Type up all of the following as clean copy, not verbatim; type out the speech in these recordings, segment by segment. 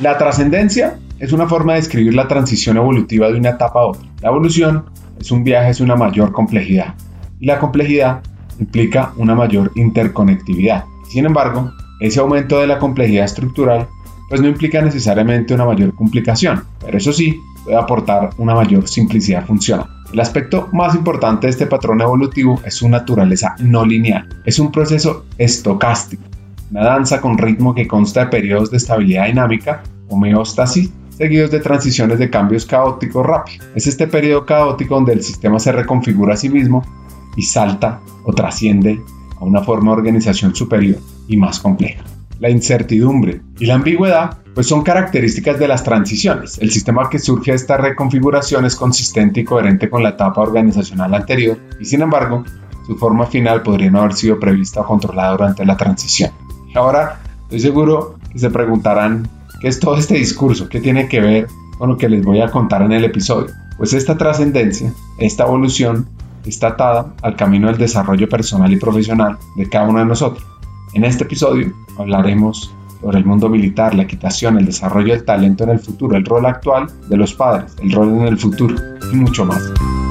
La trascendencia es una forma de describir la transición evolutiva de una etapa a otra. La evolución es un viaje hacia una mayor complejidad y la complejidad implica una mayor interconectividad. Sin embargo, ese aumento de la complejidad estructural pues no implica necesariamente una mayor complicación, pero eso sí puede aportar una mayor simplicidad funcional. El aspecto más importante de este patrón evolutivo es su naturaleza no lineal. Es un proceso estocástico, una danza con ritmo que consta de periodos de estabilidad dinámica, homeostasis, seguidos de transiciones de cambios caóticos rápidos. Es este periodo caótico donde el sistema se reconfigura a sí mismo y salta o trasciende a una forma de organización superior y más compleja. La incertidumbre y la ambigüedad pues son características de las transiciones. El sistema que surge de esta reconfiguración es consistente y coherente con la etapa organizacional anterior y sin embargo su forma final podría no haber sido prevista o controlada durante la transición. Ahora estoy seguro que se preguntarán ¿qué es todo este discurso? ¿Qué tiene que ver con lo que les voy a contar en el episodio? Pues esta trascendencia, esta evolución está atada al camino del desarrollo personal y profesional de cada uno de nosotros. En este episodio hablaremos sobre el mundo militar, la equitación, el desarrollo del talento en el futuro, el rol actual de los padres, el rol en el futuro y mucho más.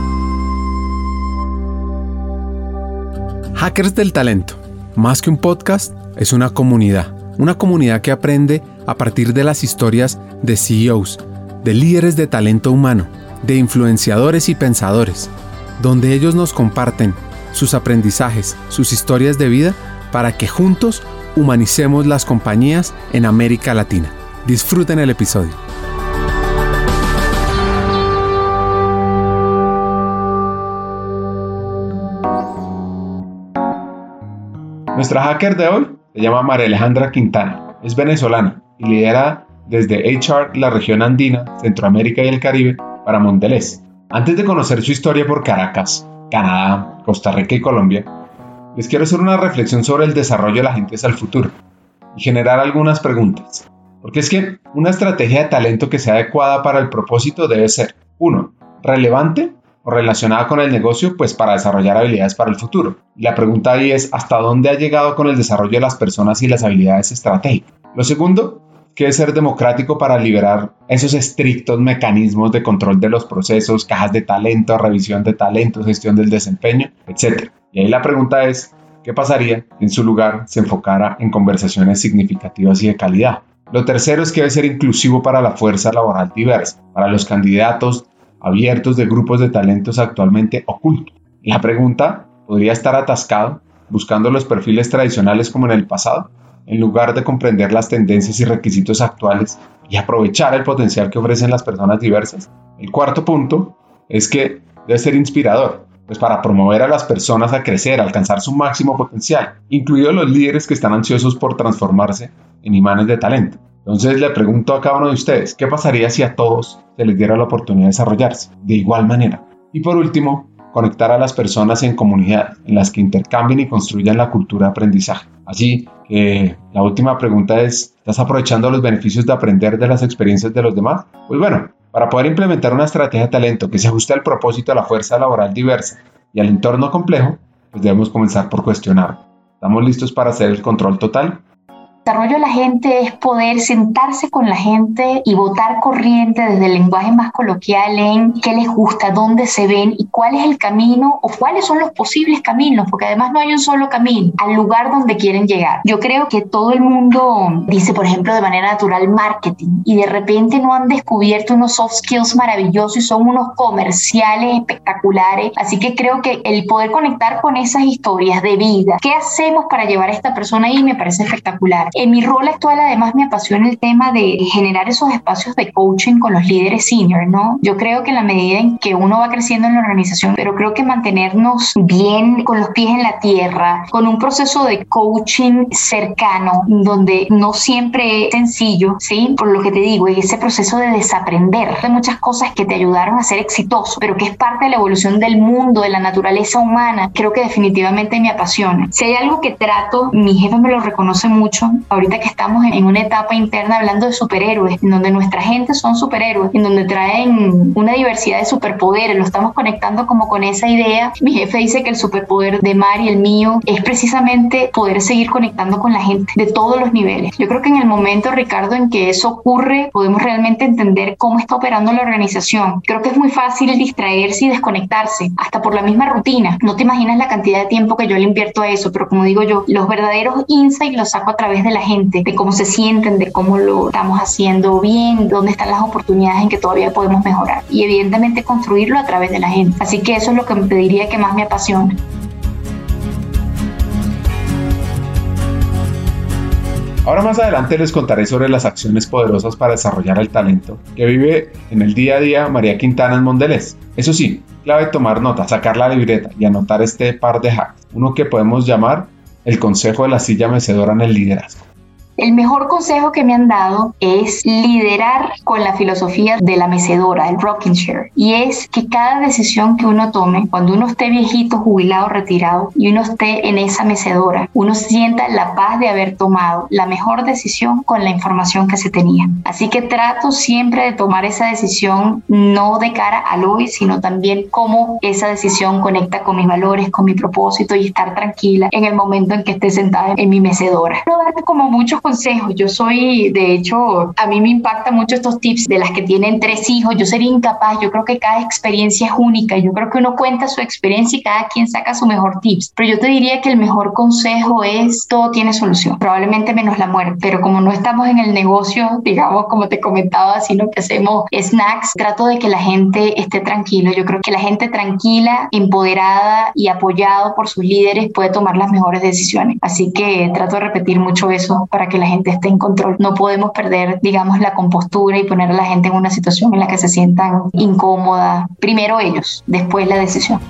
Hackers del Talento, más que un podcast, es una comunidad que aprende a partir de las historias de CEOs, de líderes de talento humano, de influenciadores y pensadores, donde ellos nos comparten sus aprendizajes, sus historias de vida, para que juntos humanicemos las compañías en América Latina. Disfruten el episodio. Nuestra hacker de hoy se llama María Alejandra Quintana, es venezolana y lidera desde HR la región andina, Centroamérica y el Caribe para Mondelez. Antes de conocer su historia por Caracas, Canadá, Costa Rica y Colombia, les quiero hacer una reflexión sobre el desarrollo de la gente hacia el futuro y generar algunas preguntas. Porque es que una estrategia de talento que sea adecuada para el propósito debe ser 1. Relevante o relacionada con el negocio, pues para desarrollar habilidades para el futuro. Y la pregunta ahí es ¿hasta dónde ha llegado con el desarrollo de las personas y las habilidades estratégicas? Lo segundo, que debe ser democrático para liberar esos estrictos mecanismos de control de los procesos, cajas de talento, revisión de talentos, gestión del desempeño, etc. Y ahí la pregunta es, ¿qué pasaría si en su lugar se enfocara en conversaciones significativas y de calidad? Lo tercero es que debe ser inclusivo para la fuerza laboral diversa, para los candidatos abiertos de grupos de talentos actualmente ocultos. La pregunta podría estar atascado buscando los perfiles tradicionales como en el pasado, en lugar de comprender las tendencias y requisitos actuales y aprovechar el potencial que ofrecen las personas diversas. El cuarto punto es que debe ser inspirador, pues para promover a las personas a crecer, a alcanzar su máximo potencial, incluidos los líderes que están ansiosos por transformarse en imanes de talento. Entonces le pregunto a cada uno de ustedes, ¿qué pasaría si a todos se les diera la oportunidad de desarrollarse de igual manera? Y por último, conectar a las personas en comunidades en las que intercambien y construyan la cultura de aprendizaje. Así que la última pregunta es, ¿estás aprovechando los beneficios de aprender de las experiencias de los demás? Pues bueno, para poder implementar una estrategia de talento que se ajuste al propósito de la fuerza laboral diversa y al entorno complejo, pues debemos comenzar por cuestionar. ¿Estamos listos para hacer el control total? El desarrollo de la gente es poder sentarse con la gente y votar corriente desde el lenguaje más coloquial en qué les gusta, dónde se ven y cuál es el camino o cuáles son los posibles caminos, porque además no hay un solo camino al lugar donde quieren llegar. Yo creo que todo el mundo dice, por ejemplo, de manera natural marketing y de repente no han descubierto unos soft skills maravillosos y son unos comerciales espectaculares. Así que creo que el poder conectar con esas historias de vida, ¿qué hacemos para llevar a esta persona ahí? Me parece espectacular. En mi rol actual, además, me apasiona el tema de generar esos espacios de coaching con los líderes senior, ¿no? Yo creo que en la medida en que uno va creciendo en la organización, pero creo que mantenernos bien con los pies en la tierra, con un proceso de coaching cercano, donde no siempre es sencillo, ¿sí? Por lo que te digo, ese proceso de desaprender de muchas cosas que te ayudaron a ser exitoso, pero que es parte de la evolución del mundo, de la naturaleza humana, creo que definitivamente me apasiona. Si hay algo que trato, mi jefe me lo reconoce mucho, ahorita que estamos en una etapa interna hablando de superhéroes, en donde nuestra gente son superhéroes, en donde traen una diversidad de superpoderes, lo estamos conectando como con esa idea. Mi jefe dice que el superpoder de Mari, el mío, es precisamente poder seguir conectando con la gente de todos los niveles. Yo creo que en el momento, Ricardo, en que eso ocurre, podemos realmente entender cómo está operando la organización. Creo que es muy fácil distraerse y desconectarse, hasta por la misma rutina. No te imaginas la cantidad de tiempo que yo le invierto a eso, pero como digo yo, los verdaderos insights los saco a través de la gente, de cómo se sienten, de cómo lo estamos haciendo bien, dónde están las oportunidades en que todavía podemos mejorar y evidentemente construirlo a través de la gente. Así que eso es lo que te diría que más me apasiona. Ahora más adelante les contaré sobre las acciones poderosas para desarrollar el talento que vive en el día a día María Quintana en Mondelez. Eso sí, clave tomar nota, sacar la libreta y anotar este par de hacks, uno que podemos llamar el consejo de la silla mecedora en el liderazgo. El mejor consejo que me han dado es liderar con la filosofía de la mecedora, el rocking chair. Y es que cada decisión que uno tome, cuando uno esté viejito, jubilado, retirado, y uno esté en esa mecedora, uno sienta la paz de haber tomado la mejor decisión con la información que se tenía. Así que trato siempre de tomar esa decisión no de cara al hoy, sino también cómo esa decisión conecta con mis valores, con mi propósito y estar tranquila en el momento en que esté sentada en mi mecedora. Quiero darte como muchos consejos. Yo soy, de hecho, a mí me impactan mucho estos tips de las que tienen 3 hijos. Yo sería incapaz. Yo creo que cada experiencia es única. Yo creo que uno cuenta su experiencia y cada quien saca su mejor tips. Pero yo te diría que el mejor consejo es: todo tiene solución, probablemente menos la muerte. Pero como no estamos en el negocio, digamos, como te comentaba, sino que hacemos snacks, trato de que la gente esté tranquila. Yo creo que la gente tranquila, empoderada y apoyado por sus líderes puede tomar las mejores decisiones. Así que trato de repetir mucho eso para que la gente esté en control. No podemos perder, digamos, la compostura y poner a la gente en una situación en la que se sientan incómoda. Primero ellos, después la decisión.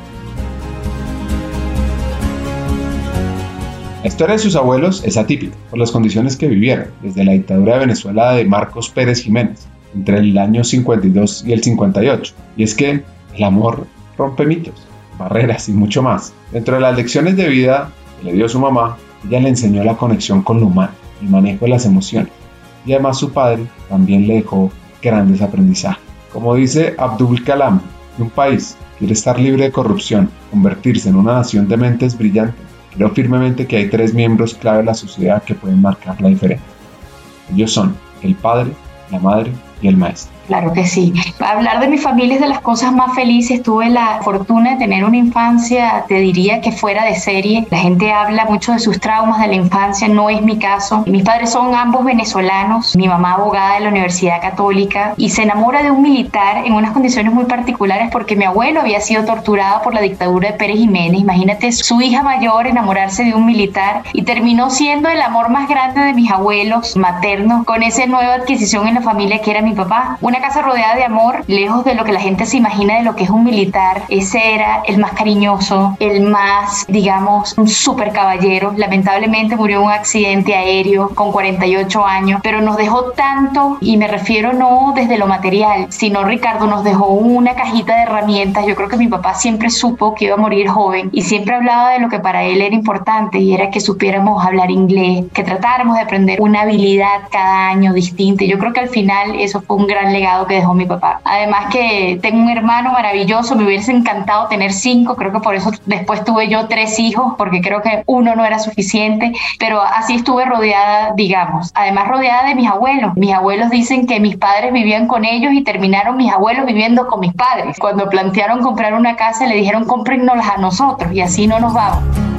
La historia de sus abuelos es atípica por las condiciones que vivieron desde la dictadura de Venezuela de Marcos Pérez Jiménez entre el año 52 y el 58. Y es que el amor rompe mitos, barreras y mucho más. Dentro de las lecciones de vida que le dio su mamá, ella le enseñó la conexión con lo humano, el manejo de las emociones, y además su padre también le dejó grandes aprendizajes. Como dice Abdul Kalam, si un país quiere estar libre de corrupción, convertirse en una nación de mentes brillantes, creo firmemente que hay 3 miembros clave de la sociedad que pueden marcar la diferencia. Ellos son el padre, la madre y el maestro. Claro que sí. Para hablar de mi familia es de las cosas más felices. Tuve la fortuna de tener una infancia, te diría que fuera de serie. La gente habla mucho de sus traumas de la infancia, no es mi caso. Mis padres son ambos venezolanos, mi mamá abogada de la Universidad Católica y se enamora de un militar en unas condiciones muy particulares porque mi abuelo había sido torturado por la dictadura de Pérez Jiménez. Imagínate su hija mayor enamorarse de un militar y terminó siendo el amor más grande de mis abuelos maternos con esa nueva adquisición en la familia que era mi papá. Una casa rodeada de amor, lejos de lo que la gente se imagina de lo que es un militar. Ese era el más cariñoso, el más, digamos, un súper caballero. Lamentablemente murió en un accidente aéreo con 48 años, pero nos dejó tanto, y me refiero no desde lo material, sino, Ricardo, nos dejó una cajita de herramientas. Yo creo que mi papá siempre supo que iba a morir joven y siempre hablaba de lo que para él era importante, y era que supiéramos hablar inglés, que tratáramos de aprender una habilidad cada año distinta. Y yo creo que al final eso fue un gran legado que dejó mi papá. Además que tengo un hermano maravilloso, me hubiese encantado tener 5, creo que por eso después tuve yo 3 hijos, porque creo que uno no era suficiente, pero así estuve rodeada, digamos. Además rodeada de mis abuelos. Mis abuelos dicen que mis padres vivían con ellos y terminaron mis abuelos viviendo con mis padres. Cuando plantearon comprar una casa le dijeron cómprennoslas a nosotros y así no nos vamos.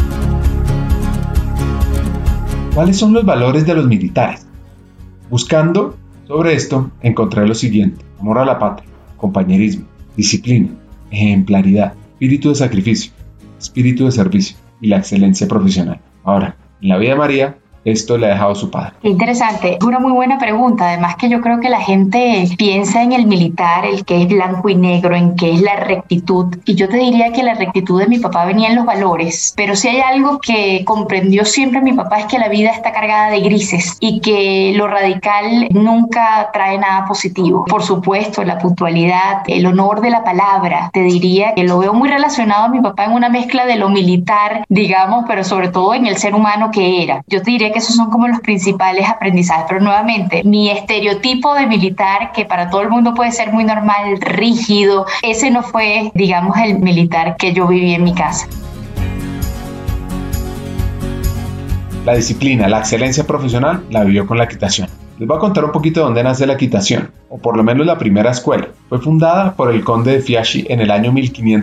¿Cuáles son los valores de los militares? Buscando sobre esto, encontré lo siguiente: amor a la patria, compañerismo, disciplina, ejemplaridad, espíritu de sacrificio, espíritu de servicio y la excelencia profesional. Ahora, en la vida de María, esto le ha dejado su padre. Qué interesante, es una muy buena pregunta. Además que yo creo que la gente piensa en el militar, el que es blanco y negro, en que es la rectitud. Y yo te diría que la rectitud de mi papá venía en los valores. Pero si hay algo que comprendió siempre mi papá es que la vida está cargada de grises y que lo radical nunca trae nada positivo. Por supuesto, la puntualidad, el honor de la palabra. Te diría que lo veo muy relacionado a mi papá en una mezcla de lo militar, digamos, pero sobre todo en el ser humano que era. Yo te diría diría que esos son como los principales aprendizajes, pero nuevamente, mi estereotipo de militar, que para todo el mundo puede ser muy normal, rígido, ese no fue, digamos, el militar que yo viví en mi casa. La disciplina, la excelencia profesional la vivió con la equitación. Les voy a contar un poquito de dónde nace la equitación, o por lo menos la primera escuela. Fue fundada por el conde de Fieschi en el año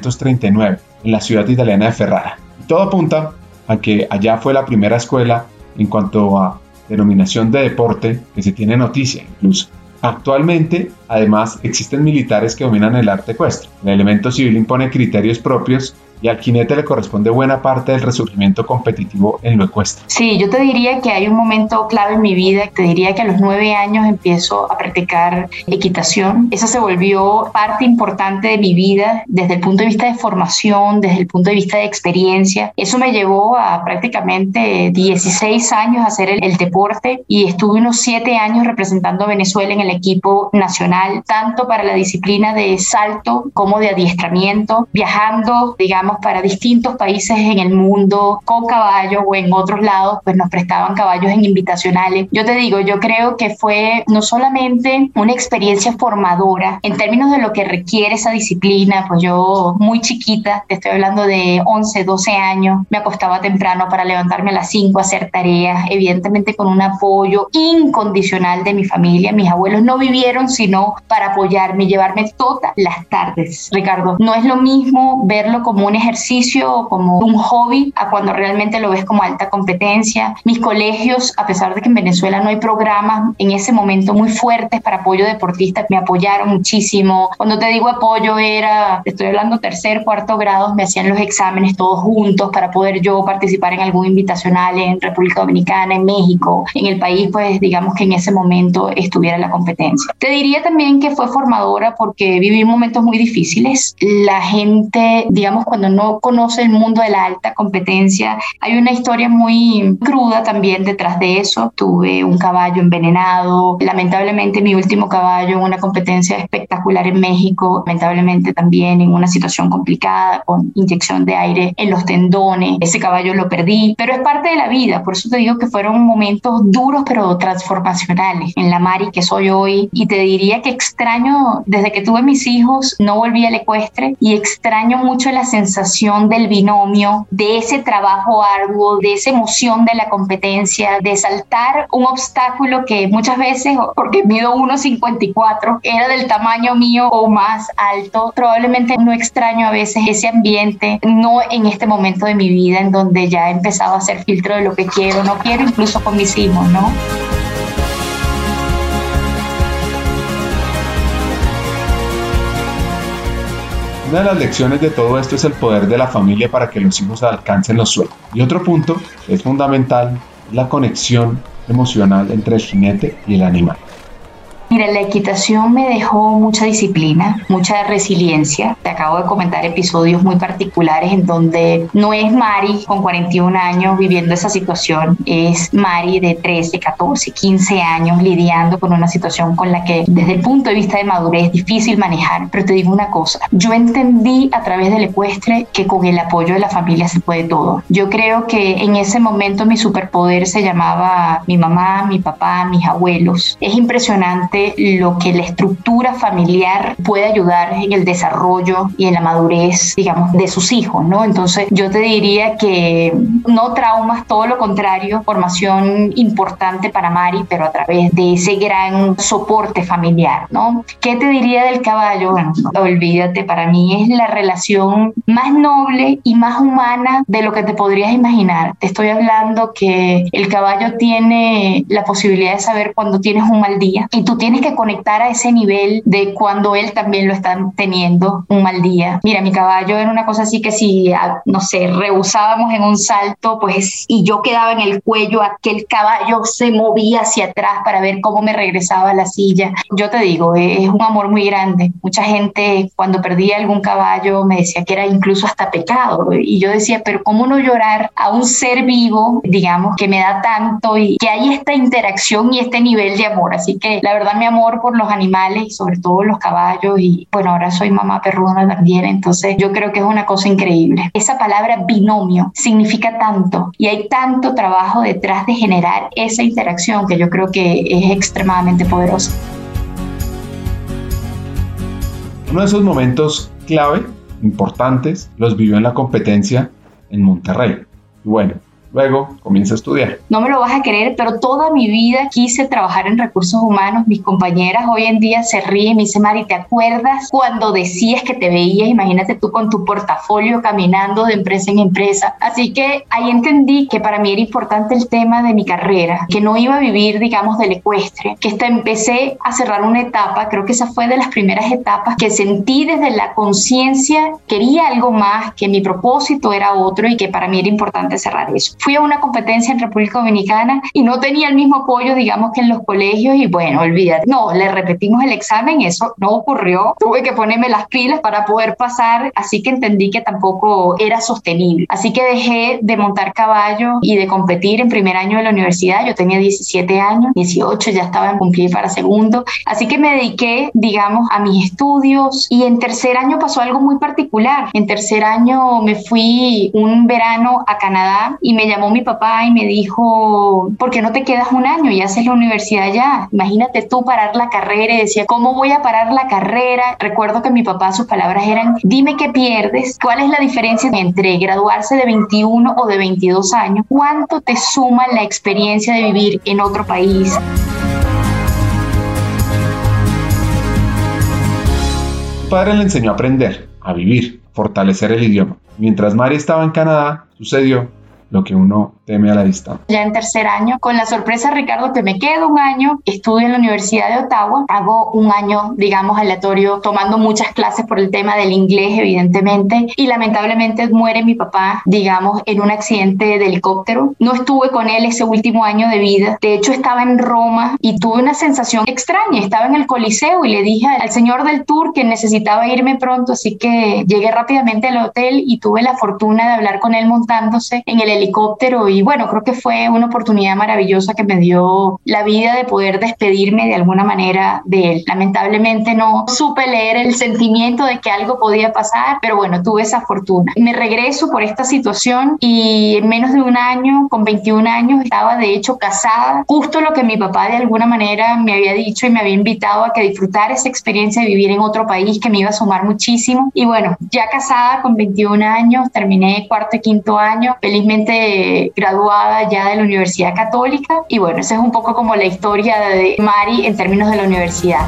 1539, en la ciudad italiana de Ferrara. Y todo apunta a que allá fue la primera escuela en cuanto a denominación de deporte que se tiene noticia incluso. Actualmente, además, existen militares que dominan el arte ecuestre. El elemento civil impone criterios propios y al jinete le corresponde buena parte del resurgimiento competitivo en lo ecuestre. Sí, yo te diría que hay un momento clave en mi vida. Te diría que a los 9 años empiezo a practicar equitación. Esa se volvió parte importante de mi vida desde el punto de vista de formación, desde el punto de vista de experiencia. Eso me llevó a prácticamente 16 años a hacer el deporte y estuve unos 7 años representando a Venezuela en el equipo nacional, tanto para la disciplina de salto como de adiestramiento, viajando, digamos, para distintos países en el mundo con caballo o en otros lados, pues nos prestaban caballos en invitacionales. Yo te digo, yo creo que fue no solamente una experiencia formadora en términos de lo que requiere esa disciplina, pues yo muy chiquita, te estoy hablando de 11, 12 años, me acostaba temprano para levantarme a las 5 a hacer tareas, evidentemente con un apoyo incondicional de mi familia. Mis abuelos no vivieron sino para apoyarme y llevarme todas las tardes. Ricardo, no es lo mismo verlo como un ejercicio o como un hobby a cuando realmente lo ves como alta competencia. Mis colegios, a pesar de que en Venezuela no hay programas en ese momento muy fuertes para apoyo de deportistas, me apoyaron muchísimo. Cuando te digo apoyo era, te estoy hablando tercer, cuarto grado, me hacían los exámenes todos juntos para poder yo participar en algún invitacional en República Dominicana, en México, en el país, pues digamos que en ese momento estuviera la competencia. Te diría también que fue formadora porque viví momentos muy difíciles. La gente, digamos, cuando no conoce el mundo de la alta competencia, hay una historia muy cruda también detrás de eso. Tuve un caballo envenenado, lamentablemente mi último caballo en una competencia espectacular en México, lamentablemente también en una situación complicada con inyección de aire en los tendones. Ese caballo lo perdí, pero es parte de la vida, por eso te digo que fueron momentos duros pero transformacionales en la Mari que soy hoy. Y te diría que extraño, desde que tuve mis hijos, no volví al ecuestre y extraño mucho la sensación del binomio, de ese trabajo arduo, de esa emoción de la competencia, de saltar un obstáculo que muchas veces, porque mido 1,54, era del tamaño mío o más alto. Probablemente no extraño a veces ese ambiente, no en este momento de mi vida en donde ya he empezado a hacer filtro de lo que quiero, no quiero, incluso con mis hijos, ¿no? Una de las lecciones de todo esto es el poder de la familia para que los hijos alcancen los sueños. Y otro punto es fundamental, la conexión emocional entre el jinete y el animal. Mira, la equitación me dejó mucha disciplina, mucha resiliencia. Te acabo de comentar episodios muy particulares en donde no es Mari con 41 años viviendo esa situación, es Mari de 13, 14, 15 años lidiando con una situación con la que desde el punto de vista de madurez es difícil manejar. Pero te digo una cosa, yo entendí a través del ecuestre que con el apoyo de la familia se puede todo. Yo creo que en ese momento mi superpoder se llamaba mi mamá, mi papá, mis abuelos. Es impresionante lo que la estructura familiar puede ayudar en el desarrollo y en la madurez, digamos, de sus hijos, ¿no? Entonces, yo te diría que no traumas, todo lo contrario, formación importante para Mari, pero a través de ese gran soporte familiar, ¿no? ¿Qué te diría del caballo? Bueno, no, olvídate, para mí es la relación más noble y más humana de lo que te podrías imaginar. Te estoy hablando que el caballo tiene la posibilidad de saber cuando tienes un mal día y tú tienes que conectar a ese nivel de cuando él también lo está teniendo un mal día. Mira, mi caballo era una cosa así que si, no sé, rehusábamos en un salto, pues, y yo quedaba en el cuello, aquel caballo se movía hacia atrás para ver cómo me regresaba a la silla. Yo te digo, es un amor muy grande. Mucha gente cuando perdía algún caballo me decía que era incluso hasta pecado. Y yo decía, pero ¿cómo no llorar a un ser vivo, digamos, que me da tanto y que hay esta interacción y este nivel de amor? Así que la verdad me amor por los animales y sobre todo los caballos, y bueno, ahora soy mamá perruna también, entonces yo creo que es una cosa increíble. Esa palabra binomio significa tanto y hay tanto trabajo detrás de generar esa interacción que yo creo que es extremadamente poderosa. Uno de esos momentos clave, importantes, los vivió en la competencia en Monterrey. Y bueno, luego comienza a estudiar. No me lo vas a creer, pero toda mi vida quise trabajar en recursos humanos. Mis compañeras hoy en día se ríen y me dicen, Mari, ¿te acuerdas cuando decías que te veías? Imagínate tú con tu portafolio caminando de empresa en empresa. Así que ahí entendí que para mí era importante el tema de mi carrera, que no iba a vivir, digamos, del ecuestre, que empecé a cerrar una etapa. Creo que esa fue de las primeras etapas que sentí desde la conciencia, quería algo más, que mi propósito era otro y que para mí era importante cerrar eso. Fui a una competencia en República Dominicana y no tenía el mismo apoyo, digamos, que en los colegios y bueno, olvídate. No, le repetimos el examen, eso no ocurrió. Tuve que ponerme las pilas para poder pasar, así que entendí que tampoco era sostenible. Así que dejé de montar caballo y de competir en primer año de la universidad. Yo tenía 17 años, 18 ya estaba en cumplir para segundo. Así que me dediqué, digamos, a mis estudios y en tercer año pasó algo muy particular. En tercer año me fui un verano a Canadá y me llamó mi papá y me dijo, ¿por qué no te quedas un año y haces la universidad ya? Imagínate tú parar la carrera. Y decía, ¿cómo voy a parar la carrera? Recuerdo que mi papá, sus palabras eran, dime qué pierdes, cuál es la diferencia entre graduarse de 21 o de 22 años, cuánto te suma la experiencia de vivir en otro país. Su padre le enseñó a aprender, a vivir, fortalecer el idioma. Mientras Mari estaba en Canadá, sucedió lo que uno teme a la distancia. Ya en tercer año, con la sorpresa, Ricardo, que me quedo un año, estudio en la Universidad de Ottawa, hago un año, digamos, aleatorio, tomando muchas clases por el tema del inglés, evidentemente, y lamentablemente muere mi papá, digamos, en un accidente de helicóptero. No estuve con él ese último año de vida. De hecho, estaba en Roma y tuve una sensación extraña. Estaba en el Coliseo y le dije al señor del tour que necesitaba irme pronto, así que llegué rápidamente al hotel y tuve la fortuna de hablar con él montándose en el helicóptero y bueno, creo que fue una oportunidad maravillosa que me dio la vida de poder despedirme de alguna manera de él. Lamentablemente no supe leer el sentimiento de que algo podía pasar, pero bueno, tuve esa fortuna. Me regreso por esta situación y en menos de un año, con 21 años, estaba de hecho casada, justo lo que mi papá de alguna manera me había dicho y me había invitado a que disfrutara esa experiencia de vivir en otro país que me iba a sumar muchísimo. Y bueno, ya casada con 21 años, terminé cuarto y quinto año, felizmente graduada ya de la Universidad Católica y bueno, esa es un poco como la historia de Mari en términos de la universidad.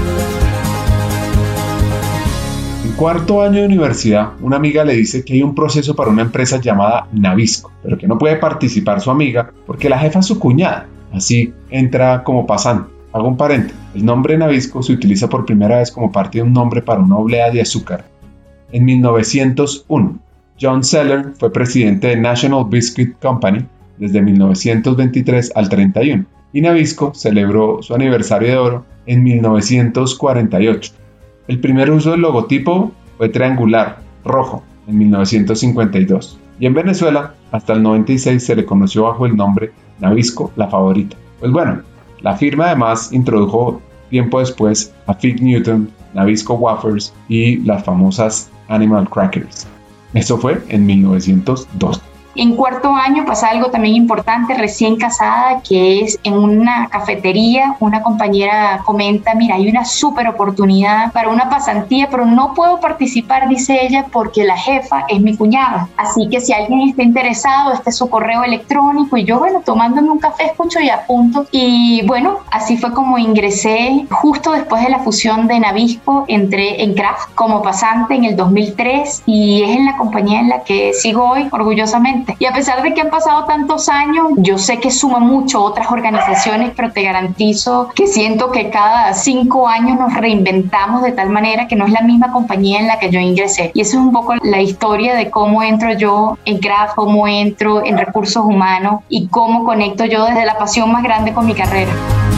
En cuarto año de universidad, una amiga le dice que hay un proceso para una empresa llamada Navisco, pero que no puede participar su amiga porque la jefa es su cuñada, así entra como pasante. Hago un paréntesis, el nombre Navisco se utiliza por primera vez como parte de un nombre para una oblea de azúcar en 1901. John Seller fue presidente de National Biscuit Company desde 1923 al 31 y Navisco celebró su aniversario de oro en 1948. El primer uso del logotipo fue triangular, rojo, en 1952 y en Venezuela hasta el 96 se le conoció bajo el nombre Navisco La Favorita. Pues bueno, la firma además introdujo tiempo después a Fig Newton, Navisco Wafers y las famosas Animal Crackers. Eso fue en 1902. En cuarto año pasa algo también importante, recién casada, que es en una cafetería, una compañera comenta, mira, hay una súper oportunidad para una pasantía, pero no puedo participar, dice ella, porque la jefa es mi cuñada. Así que si alguien está interesado, este es su correo electrónico. Y yo, bueno, tomándome un café, escucho y apunto. Y bueno, así fue como ingresé justo después de la fusión de Navisco, entré en Kraft como pasante en el 2003 y es en la compañía en la que sigo hoy orgullosamente. Y a pesar de que han pasado tantos años, yo sé que suma mucho otras organizaciones, pero te garantizo que siento que cada 5 años nos reinventamos de tal manera que no es la misma compañía en la que yo ingresé. Y eso es un poco la historia de cómo entro yo en Kraft, cómo entro en recursos humanos y cómo conecto yo desde la pasión más grande con mi carrera.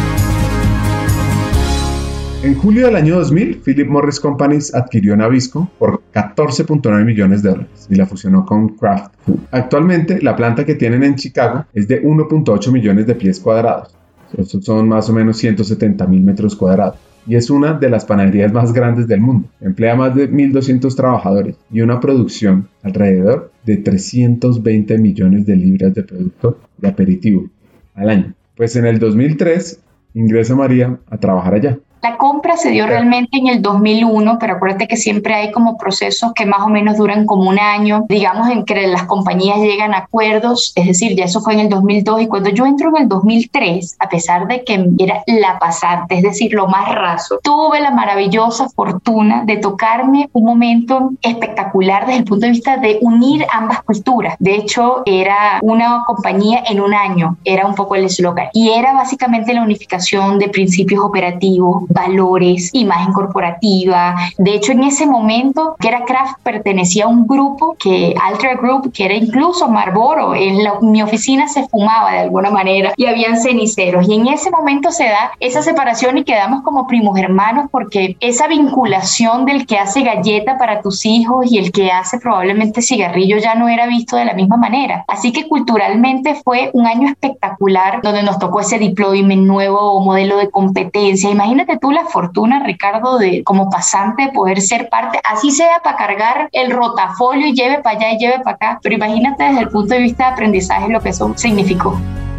En julio del año 2000, Philip Morris Companies adquirió Navisco por $14.9 millones y la fusionó con Kraft Foods. Actualmente, la planta que tienen en Chicago es de 1.8 millones de pies cuadrados. Estos son más o menos 170.000 metros cuadrados. Y es una de las panaderías más grandes del mundo. Emplea más de 1.200 trabajadores y una producción alrededor de 320 millones de libras de producto de aperitivo al año. Pues en el 2003 ingresa María a trabajar allá. La compra se dio realmente en el 2001, pero acuérdate que siempre hay como procesos que más o menos duran como un año, digamos, en que las compañías llegan a acuerdos, es decir, ya eso fue en el 2002 y cuando yo entro en el 2003, a pesar de que era la pasante, es decir, lo más raso, tuve la maravillosa fortuna de tocarme un momento espectacular desde el punto de vista de unir ambas culturas. De hecho, era una compañía en un año, era un poco el eslogan, y era básicamente la unificación de principios operativos, valores, imagen corporativa. De hecho, en ese momento, que era Kraft, pertenecía a un grupo, que Altra Group, que era incluso Marlboro. Mi oficina se fumaba de alguna manera y habían ceniceros. Y en ese momento se da esa separación y quedamos como primos hermanos porque esa vinculación del que hace galleta para tus hijos y el que hace probablemente cigarrillo ya no era visto de la misma manera. Así que culturalmente fue un año espectacular donde nos tocó ese deployment, nuevo modelo de competencia. Imagínate tú la fortuna, Ricardo, de como pasante de poder ser parte, así sea para cargar el rotafolio y lleve para allá y lleve para acá, pero imagínate desde el punto de vista de aprendizaje lo que eso significó.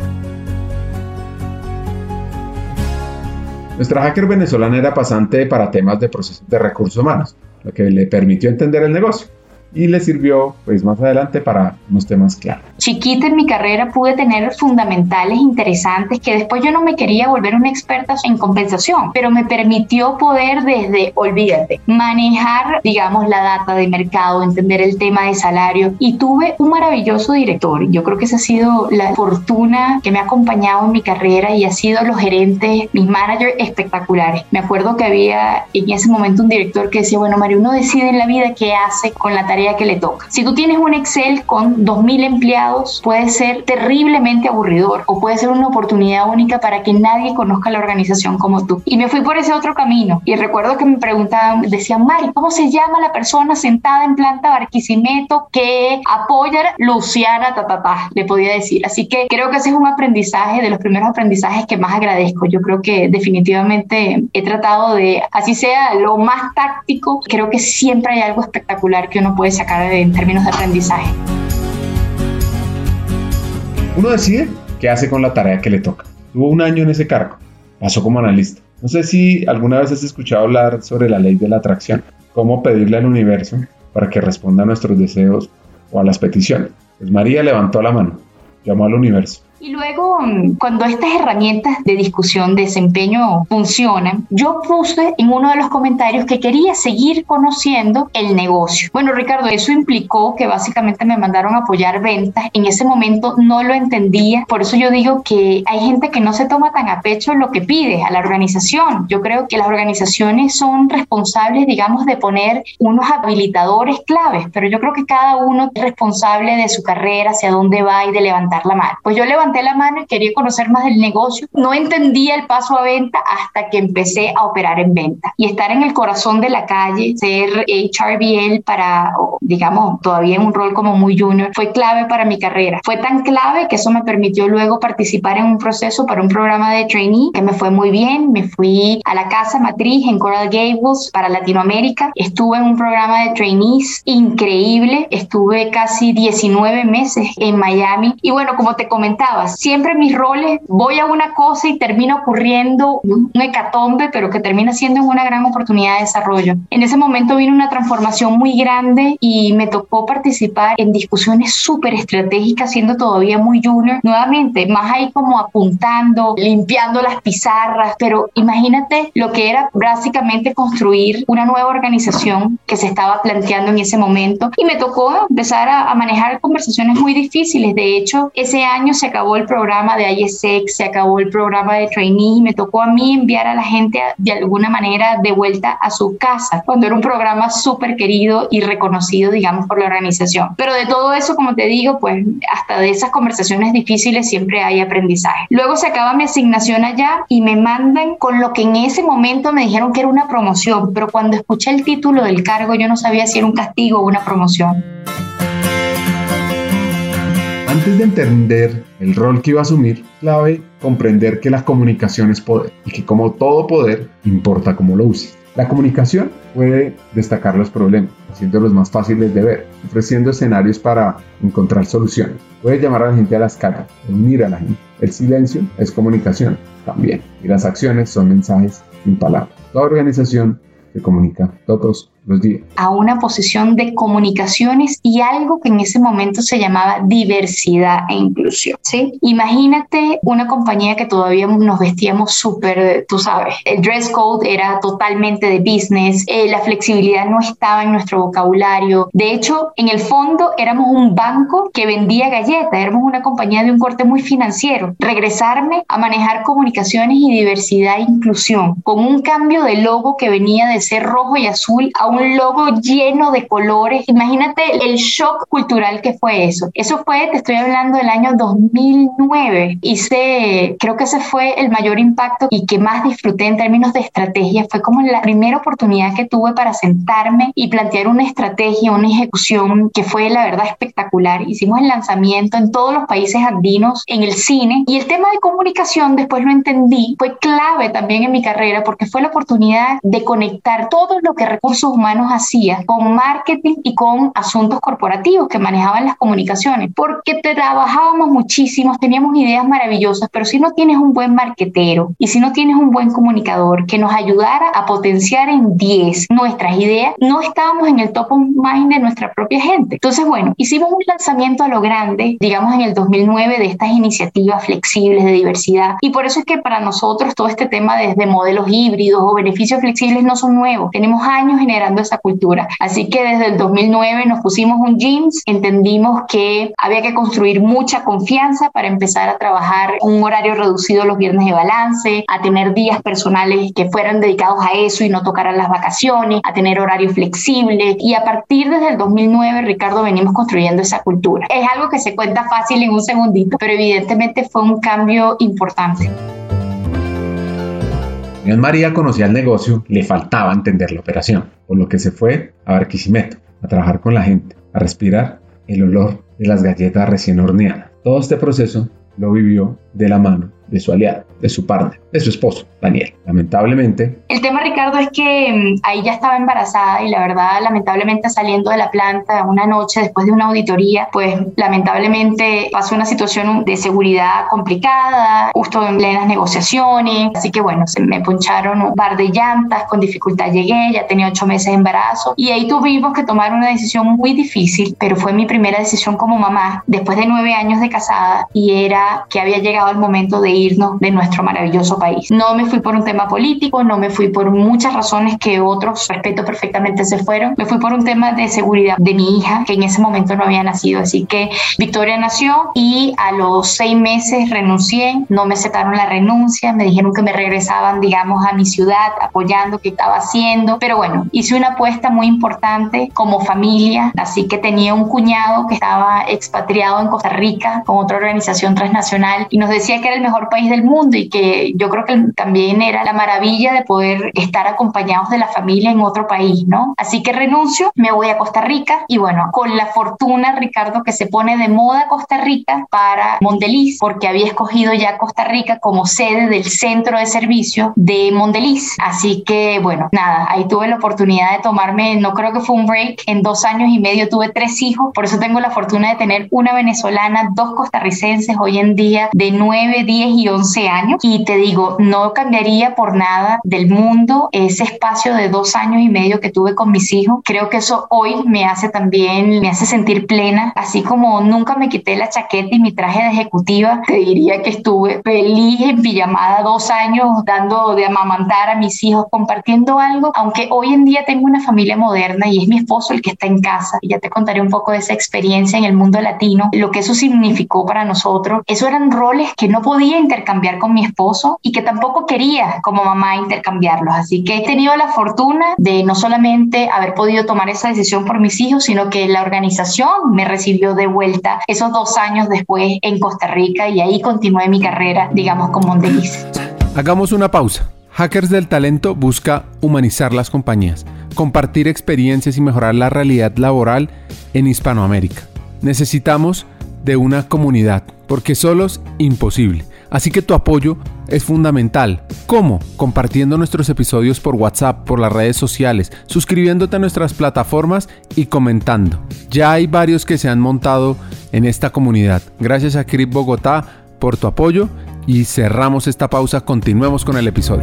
Nuestra hacker venezolana era pasante para temas de procesos de recursos humanos, lo que le permitió entender el negocio y le sirvió pues más adelante para unos temas claros. Chiquita en mi carrera pude tener fundamentales interesantes que después yo no me quería volver una experta en compensación, pero me permitió poder desde, olvídate, manejar, digamos, la data de mercado, entender el tema de salario y tuve un maravilloso director. Yo creo que esa ha sido la fortuna que me ha acompañado en mi carrera y ha sido los gerentes, mis managers espectaculares. Me acuerdo que había en ese momento un director que decía, bueno, María, uno decide en la vida qué hace con la tarea que le toca. Si tú tienes un Excel con 2.000 empleados, puede ser terriblemente aburridor o puede ser una oportunidad única para que nadie conozca la organización como tú. Y me fui por ese otro camino. Y recuerdo que me preguntaban, decían, Mari, ¿cómo se llama la persona sentada en planta Barquisimeto que apoya Luciana, le podía decir. Así que creo que ese es un aprendizaje, de los primeros aprendizajes que más agradezco. Yo creo que definitivamente he tratado de, así sea lo más táctico, creo que siempre hay algo espectacular que uno puede sacar en términos de aprendizaje. Uno decide qué hace con la tarea que le toca. Tuvo un año en ese cargo, pasó como analista. No sé si alguna vez has escuchado hablar sobre la ley de la atracción, cómo pedirle al universo para que responda a nuestros deseos o a las peticiones. Pues María levantó la mano, llamó al universo. Y luego, cuando estas herramientas de discusión, de desempeño funcionan, yo puse en uno de los comentarios que quería seguir conociendo el negocio. Bueno, Ricardo, eso implicó que básicamente me mandaron a apoyar ventas. En ese momento no lo entendía. Por eso yo digo que hay gente que no se toma tan a pecho lo que pide a la organización. Yo creo que las organizaciones son responsables, digamos, de poner unos habilitadores claves, pero yo creo que cada uno es responsable de su carrera, hacia dónde va y de levantar la mano. Pues yo levanté la mano y quería conocer más del negocio. No entendía el paso a venta hasta que empecé a operar en venta y estar en el corazón de la calle, ser HRBL para, digamos, todavía en un rol como muy junior, fue clave para mi carrera. Fue tan clave que eso me permitió luego participar en un proceso para un programa de trainee que me fue muy bien. Me fui a la casa matriz en Coral Gables para Latinoamérica. Estuve en un programa de trainees increíble. Estuve casi 19 meses en Miami y bueno, como te comentaba, siempre mis roles, voy a una cosa y termina ocurriendo un hecatombe, pero que termina siendo una gran oportunidad de desarrollo. En ese momento vino una transformación muy grande y me tocó participar en discusiones súper estratégicas, siendo todavía muy junior. Nuevamente, más ahí como apuntando, limpiando las pizarras, pero imagínate lo que era básicamente construir una nueva organización que se estaba planteando en ese momento y me tocó empezar a manejar conversaciones muy difíciles. De hecho, ese año se acabó el programa de ISX, se acabó el programa de trainee y me tocó a mí enviar a la gente de alguna manera de vuelta a su casa, cuando era un programa súper querido y reconocido, digamos, por la organización. Pero de todo eso, como te digo, pues hasta de esas conversaciones difíciles siempre hay aprendizaje. Luego se acaba mi asignación allá y me mandan con lo que en ese momento me dijeron que era una promoción, pero cuando escuché el título del cargo yo no sabía si era un castigo o una promoción. Antes de entender el rol que iba a asumir, clave comprender que la comunicación es poder y que como todo poder, importa cómo lo uses. La comunicación puede destacar los problemas, haciéndolos más fáciles de ver, ofreciendo escenarios para encontrar soluciones. Puede llamar a la gente a las calles, unir a la gente. El silencio es comunicación también, y las acciones son mensajes sin palabras. Toda organización se comunica todos los días. A una posición de comunicaciones y algo que en ese momento se llamaba diversidad e inclusión, ¿sí? Imagínate una compañía que todavía nos vestíamos súper, tú sabes, el dress code era totalmente de business, la flexibilidad no estaba en nuestro vocabulario. De hecho, en el fondo éramos un banco que vendía galletas, éramos una compañía de un corte muy financiero. Regresarme a manejar comunicaciones y diversidad e inclusión con un cambio de logo que venía de ser rojo y azul a un logo lleno de colores. Imagínate el shock cultural que fue eso. Eso fue, te estoy hablando del año 2009. Creo que ese fue el mayor impacto y que más disfruté en términos de estrategia. Fue como la primera oportunidad que tuve para sentarme y plantear una estrategia, una ejecución que fue la verdad espectacular. Hicimos el lanzamiento en todos los países andinos, en el cine, y el tema de comunicación después lo entendí, fue clave también en mi carrera porque fue la oportunidad de conectar todo lo que recursos humanos hacía con marketing y con asuntos corporativos que manejaban las comunicaciones, porque trabajábamos muchísimo, teníamos ideas maravillosas, pero si no tienes un buen marketero y si no tienes un buen comunicador que nos ayudara a potenciar en 10 nuestras ideas, no estábamos en el top of mind de nuestra propia gente. Entonces, bueno, hicimos un lanzamiento a lo grande, digamos en el 2009, de estas iniciativas flexibles de diversidad, y por eso es que para nosotros todo este tema desde modelos híbridos o beneficios flexibles no son nuevos. Tenemos años generando esa cultura. Así que desde el 2009 nos pusimos un jeans, entendimos que había que construir mucha confianza para empezar a trabajar un horario reducido los viernes de balance, a tener días personales que fueran dedicados a eso y no tocaran las vacaciones, a tener horario flexible, y a partir desde el 2009, Ricardo, venimos construyendo esa cultura. Es algo que se cuenta fácil en un segundito, pero evidentemente fue un cambio importante. María conocía el negocio, le faltaba entender la operación, por lo que se fue a Barquisimeto, a trabajar con la gente, a respirar el olor de las galletas recién horneadas. Todo este proceso lo vivió de la mano de su aliado, de su partner, de su esposo, Daniel. Lamentablemente... El tema, Ricardo, es que ahí ya estaba embarazada y la verdad, lamentablemente saliendo de la planta una noche después de una auditoría, pues lamentablemente pasó una situación de seguridad complicada, justo en plenas negociaciones, así que bueno, se me poncharon un par de llantas, con dificultad llegué, ya tenía 8 meses de embarazo y ahí tuvimos que tomar una decisión muy difícil, pero fue mi primera decisión como mamá, después de 9 años de casada, y era que había llegado el momento de irnos de nuestro maravilloso país. No me fui por un tema político, no me fui por muchas razones que otros, respeto perfectamente, se fueron. Me fui por un tema de seguridad de mi hija, que en ese momento no había nacido. Así que Victoria nació y a los 6 meses renuncié. No me aceptaron la renuncia, me dijeron que me regresaban, digamos, a mi ciudad, apoyando qué estaba haciendo. Pero bueno, hice una apuesta muy importante como familia. Así que tenía un cuñado que estaba expatriado en Costa Rica con otra organización transnacional y nos decía que era el mejor país del mundo y que yo creo que también era la maravilla de poder estar acompañados de la familia en otro país, ¿no? Así que renuncio, me voy a Costa Rica y bueno, con la fortuna, Ricardo, que se pone de moda Costa Rica para Mondeliz, porque había escogido ya Costa Rica como sede del centro de servicio de Mondeliz. Así que bueno, nada, ahí tuve la oportunidad de tomarme, no creo que fue un break, en 2 años y medio tuve 3 hijos, por eso tengo la fortuna de tener una venezolana, 2 costarricenses hoy en día de 9, 10 y 11 años, y te digo, no cambiaría por nada del mundo ese espacio de 2 años y medio que tuve con mis hijos. Creo que eso hoy me hace sentir plena, así como nunca me quité la chaqueta y mi traje de ejecutiva, te diría que estuve feliz en pijamada 2 años dando de amamantar a mis hijos, compartiendo algo, aunque hoy en día tengo una familia moderna y es mi esposo el que está en casa, y ya te contaré un poco de esa experiencia en el mundo latino, lo que eso significó para nosotros. Eso eran roles que no podía intercambiar con mi esposo y que tampoco quería como mamá intercambiarlos, así que he tenido la fortuna de no solamente haber podido tomar esa decisión por mis hijos, sino que la organización me recibió de vuelta esos 2 años después en Costa Rica y ahí continué mi carrera, digamos, con Mondeliz. Hagamos una pausa. Hackers del Talento busca humanizar las compañías, compartir experiencias y mejorar la realidad laboral en Hispanoamérica. Necesitamos de una comunidad, porque solos imposible. Así que tu apoyo es fundamental. ¿Cómo? Compartiendo nuestros episodios por WhatsApp, por las redes sociales, suscribiéndote a nuestras plataformas y comentando. Ya hay varios que se han montado en esta comunidad. Gracias a CRIP Bogotá por tu apoyo y cerramos esta pausa. Continuemos con el episodio.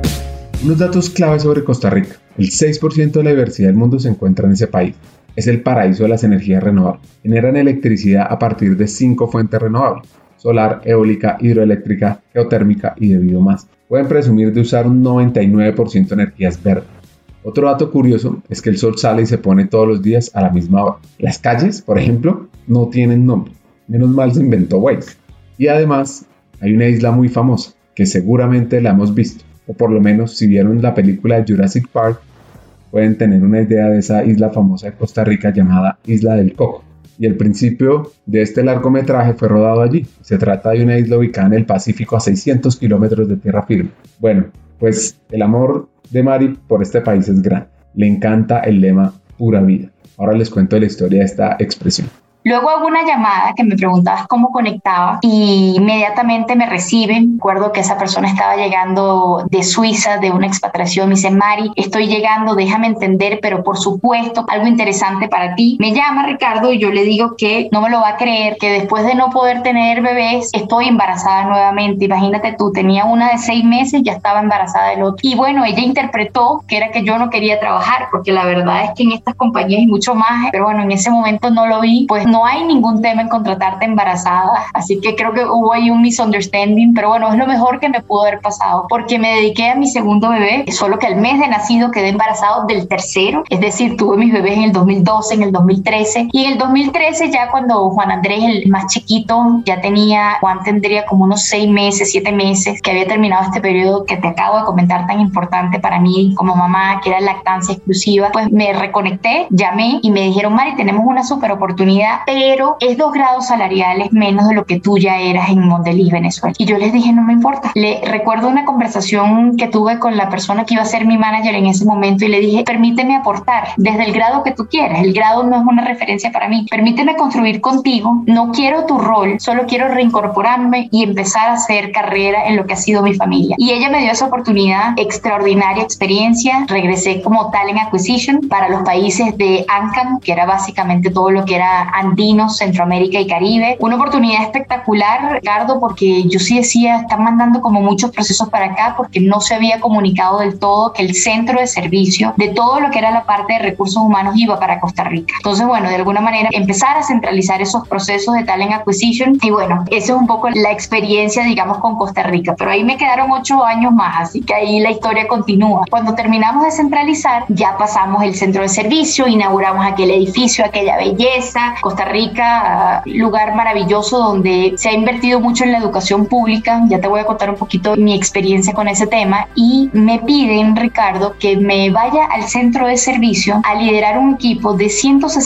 Unos datos clave sobre Costa Rica. El 6% de la diversidad del mundo se encuentra en ese país. Es el paraíso de las energías renovables. Generan electricidad a partir de 5 fuentes renovables: solar, eólica, hidroeléctrica, geotérmica y de biomasa. Pueden presumir de usar un 99% de energías verdes. Otro dato curioso es que el sol sale y se pone todos los días a la misma hora. Las calles, por ejemplo, no tienen nombre. Menos mal se inventó Waze. Y además, hay una isla muy famosa, que seguramente la hemos visto. O por lo menos, si vieron la película de Jurassic Park, pueden tener una idea de esa isla famosa de Costa Rica llamada Isla del Coco. Y el principio de este largometraje fue rodado allí. Se trata de una isla ubicada en el Pacífico a 600 kilómetros de tierra firme. Bueno, pues el amor de Mari por este país es grande. Le encanta el lema pura vida. Ahora les cuento la historia de esta expresión. Luego hago una llamada que me preguntabas cómo conectaba y inmediatamente me reciben. Recuerdo que esa persona estaba llegando de Suiza, de una expatriación. Me dice: Mari, estoy llegando, déjame entender, pero por supuesto, algo interesante para ti. Me llama Ricardo y yo le digo que no me lo va a creer, que después de no poder tener bebés, estoy embarazada nuevamente. Imagínate tú, tenía una de 6 meses, ya estaba embarazada del otro. Y bueno, ella interpretó que era que yo no quería trabajar, porque la verdad es que en estas compañías hay mucho más, pero bueno, en ese momento no lo vi, pues no hay ningún tema en contratarte embarazada, así que creo que hubo ahí un misunderstanding, pero bueno, es lo mejor que me pudo haber pasado, porque me dediqué a mi segundo bebé, solo que al mes de nacido quedé embarazado del tercero, es decir, tuve mis bebés en el 2012, en el 2013, y en el 2013 ya cuando Juan Andrés, el más chiquito, Juan tendría como unos 6 meses, 7 meses, que había terminado este periodo que te acabo de comentar tan importante para mí como mamá, que era lactancia exclusiva, pues me reconecté, llamé y me dijeron: Mari, tenemos una super oportunidad, pero es 2 grados salariales menos de lo que tú ya eras en Mondeliz, Venezuela. Y yo les dije: no me importa. Le recuerdo una conversación que tuve con la persona que iba a ser mi manager en ese momento y le dije: permíteme aportar desde el grado que tú quieras. El grado no es una referencia para mí. Permíteme construir contigo. No quiero tu rol, solo quiero reincorporarme y empezar a hacer carrera en lo que ha sido mi familia. Y ella me dio esa oportunidad, extraordinaria experiencia. Regresé como Talent Acquisition para los países de ANCAM, que era básicamente todo lo que era andinos, Centroamérica y Caribe. Una oportunidad espectacular, Ricardo, porque yo sí decía: están mandando como muchos procesos para acá, porque no se había comunicado del todo que el centro de servicio de todo lo que era la parte de recursos humanos iba para Costa Rica. Entonces, bueno, de alguna manera empezar a centralizar esos procesos de Talent Acquisition, y bueno, esa es un poco la experiencia, digamos, con Costa Rica, pero ahí me quedaron 8 años más, así que ahí la historia continúa. Cuando terminamos de centralizar, ya pasamos el centro de servicio, inauguramos aquel edificio, aquella belleza. Costa Rica, lugar maravilloso donde se ha invertido mucho en la educación pública. Ya te voy a contar un poquito mi experiencia con ese tema. Y me piden, Ricardo, que me vaya al centro de servicio a liderar un equipo de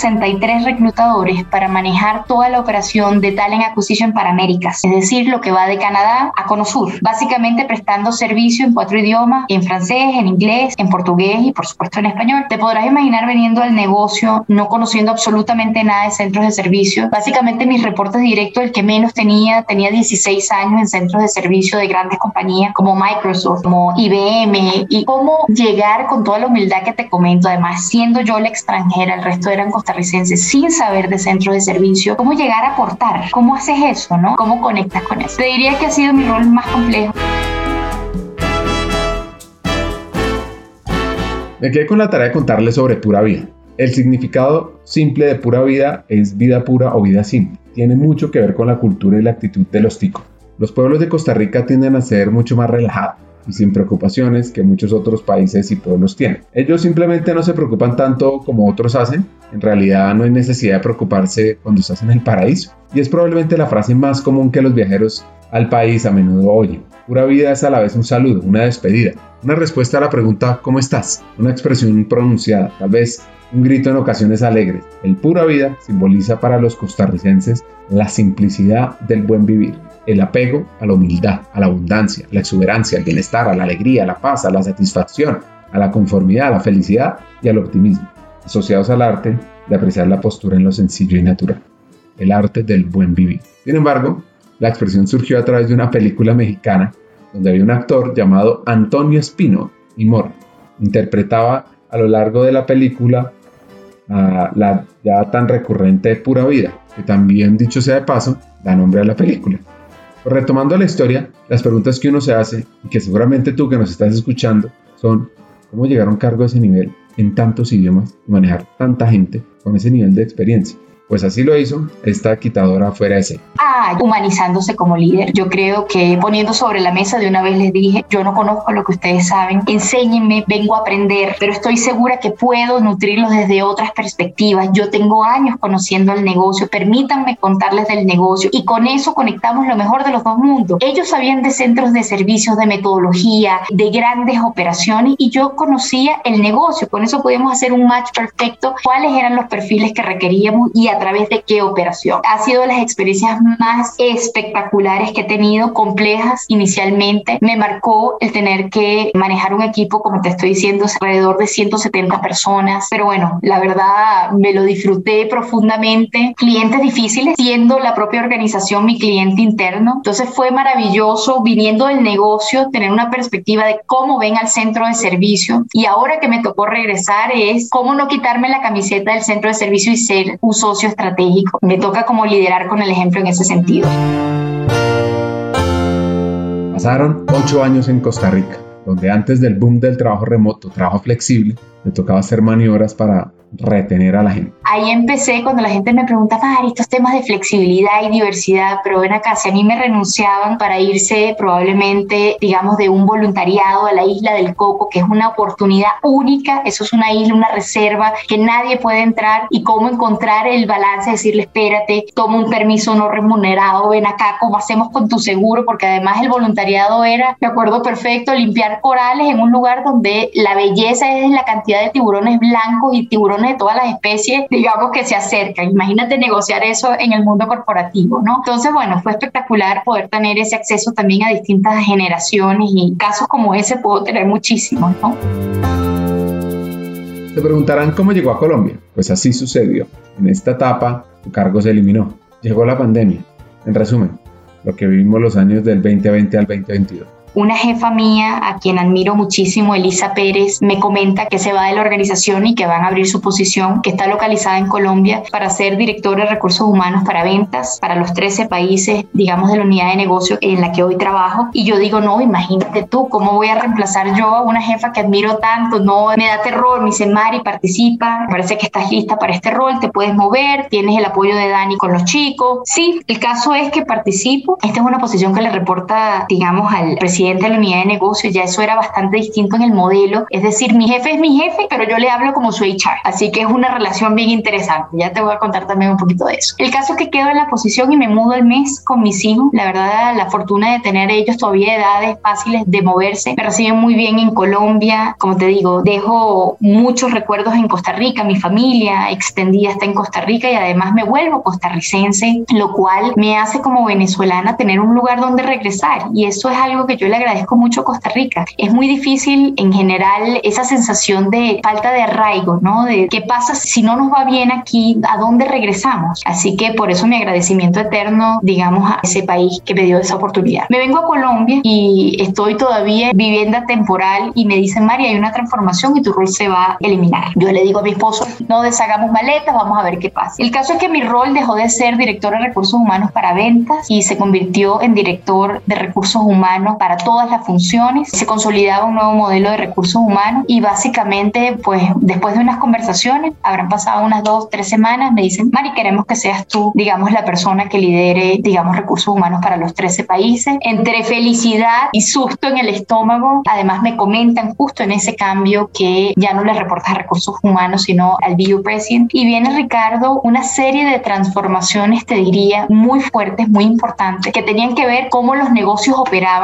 163 reclutadores para manejar toda la operación de Talent Acquisition para Américas, es decir, lo que va de Canadá a Cono Sur, básicamente prestando servicio en 4 idiomas: en francés, en inglés, en portugués y por supuesto en español. Te podrás imaginar veniendo al negocio, no conociendo absolutamente nada de centros de servicio. Básicamente mis reportes directos, el que menos tenía 16 años en centros de servicio de grandes compañías como Microsoft, como IBM, y cómo llegar con toda la humildad que te comento, además siendo yo la extranjera, el resto eran costarricenses, sin saber de centros de servicio, cómo llegar a aportar, cómo haces eso, ¿no? Cómo conectas con eso. Te diría que ha sido mi rol más complejo. Me quedé con la tarea de contarles sobre pura vida. El significado simple de pura vida es vida pura o vida simple. Tiene mucho que ver con la cultura y la actitud de los ticos. Los pueblos de Costa Rica tienden a ser mucho más relajados y sin preocupaciones que muchos otros países y pueblos tienen. Ellos simplemente no se preocupan tanto como otros hacen. En realidad no hay necesidad de preocuparse cuando estás en el paraíso. Y es probablemente la frase más común que los viajeros al país a menudo oyen. Pura vida es a la vez un saludo, una despedida, una respuesta a la pregunta ¿cómo estás? Una expresión pronunciada, tal vez un grito en ocasiones alegres. El pura vida simboliza para los costarricenses la simplicidad del buen vivir, el apego a la humildad, a la abundancia, a la exuberancia, al bienestar, a la alegría, a la paz, a la satisfacción, a la conformidad, a la felicidad y al optimismo, asociados al arte de apreciar la postura en lo sencillo y natural. el arte del buen vivir. Sin embargo, la expresión surgió a través de una película mexicana donde había un actor llamado Antonio Espino y Mora. Interpretaba a lo largo de la película a la ya tan recurrente Pura Vida, que también, dicho sea de paso, da nombre a la película. Pues retomando la historia, las preguntas que uno se hace, y que seguramente tú que nos estás escuchando, son ¿cómo llegar a un cargo de ese nivel en tantos idiomas y manejar tanta gente con ese nivel de experiencia? Pues así lo hizo esta quitadora fuera de serie. Humanizándose como líder. Yo creo que poniendo sobre la mesa, de una vez les dije, yo no conozco lo que ustedes saben, enséñenme, vengo a aprender, pero estoy segura que puedo nutrirlos desde otras perspectivas. Yo tengo años conociendo el negocio, permítanme contarles del negocio y con eso conectamos lo mejor de los dos mundos. Ellos sabían de centros de servicios, de metodología, de grandes operaciones y yo conocía el negocio. Con eso podíamos hacer un match perfecto, cuáles eran los perfiles que requeríamos y a través de qué operación. Ha sido de las experiencias más espectaculares que he tenido, complejas inicialmente. Me marcó el tener que manejar un equipo, como te estoy diciendo, alrededor de 170 personas, pero bueno, la verdad me lo disfruté profundamente. Clientes difíciles, siendo la propia organización mi cliente interno. Entonces fue maravilloso, viniendo del negocio, tener una perspectiva de cómo ven al centro de servicio, y ahora que me tocó regresar es cómo no quitarme la camiseta del centro de servicio y ser un socio estratégico. Me toca como liderar con el ejemplo en ese sentido. Pasaron 8 años en Costa Rica, donde antes del boom del trabajo remoto, trabajo flexible, me tocaba hacer maniobras para retener a la gente. Ahí empecé cuando la gente me preguntaba, Mari, estos temas de flexibilidad y diversidad, pero ven acá, si a mí me renunciaban para irse probablemente, digamos, de un voluntariado a la Isla del Coco, que es una oportunidad única, eso es una isla, una reserva que nadie puede entrar, y cómo encontrar el balance, decirle, espérate, toma un permiso no remunerado, ven acá, ¿cómo hacemos con tu seguro? Porque además el voluntariado era, me acuerdo perfecto, limpiar corales en un lugar donde la belleza es la cantidad de tiburones blancos y tiburones de todas las especies, digamos, que se acercan. Imagínate negociar eso en el mundo corporativo, ¿no? Entonces, bueno, fue espectacular poder tener ese acceso también a distintas generaciones, y casos como ese puedo tener muchísimos, ¿no? Se preguntarán cómo llegó a Colombia. Pues así sucedió. En esta etapa, su cargo se eliminó. Llegó la pandemia. En resumen, lo que vivimos los años del 2020 al 2022. Una jefa mía, a quien admiro muchísimo, Elisa Pérez, me comenta que se va de la organización y que van a abrir su posición, que está localizada en Colombia, para ser directora de recursos humanos para ventas para los 13 países, digamos, de la unidad de negocio en la que hoy trabajo. Y yo digo, no, imagínate tú, ¿cómo voy a reemplazar yo a una jefa que admiro tanto? No, me da terror. Me dice, Mari, participa, me parece que estás lista para este rol, te puedes mover, tienes el apoyo de Dani con los chicos. Sí, el caso es que participo. Esta es una posición que le reporta, digamos, al presidente de la unidad de negocio. Ya eso era bastante distinto en el modelo, es decir, mi jefe es mi jefe, pero yo le hablo como su HR, así que es una relación bien interesante. Ya te voy a contar también un poquito de eso. El caso es que quedo en la posición y me mudo al mes con mis hijos. La verdad, la fortuna de tener ellos todavía edades fáciles de moverse, me reciben muy bien en Colombia. Como te digo, dejo muchos recuerdos en Costa Rica, mi familia extendida está en Costa Rica, y además me vuelvo costarricense, lo cual me hace como venezolana tener un lugar donde regresar, y eso es algo que yo le agradezco mucho a Costa Rica. Es muy difícil en general esa sensación de falta de arraigo, ¿no? De qué pasa si no nos va bien aquí, ¿a dónde regresamos? Así que por eso mi agradecimiento eterno, digamos, a ese país que me dio esa oportunidad. Me vengo a Colombia y estoy todavía en vivienda temporal, y me dicen, Mari, hay una transformación y tu rol se va a eliminar. Yo le digo a mi esposo, no deshagamos maletas, vamos a ver qué pasa. El caso es que mi rol dejó de ser director de recursos humanos para ventas y se convirtió en director de recursos humanos para todas las funciones. Se consolidaba un nuevo modelo de recursos humanos, y básicamente, pues después de unas conversaciones, habrán pasado unas 2-3 semanas, me dicen, Mari, queremos que seas tú, digamos, la persona que lidere, digamos, recursos humanos para los 13 países. Entre felicidad y susto en el estómago, además me comentan justo en ese cambio que ya no le reportas a recursos humanos, sino al BU President. Y viene, Ricardo, una serie de transformaciones, te diría, muy fuertes, muy importantes, que tenían que ver cómo los negocios operaban a nivel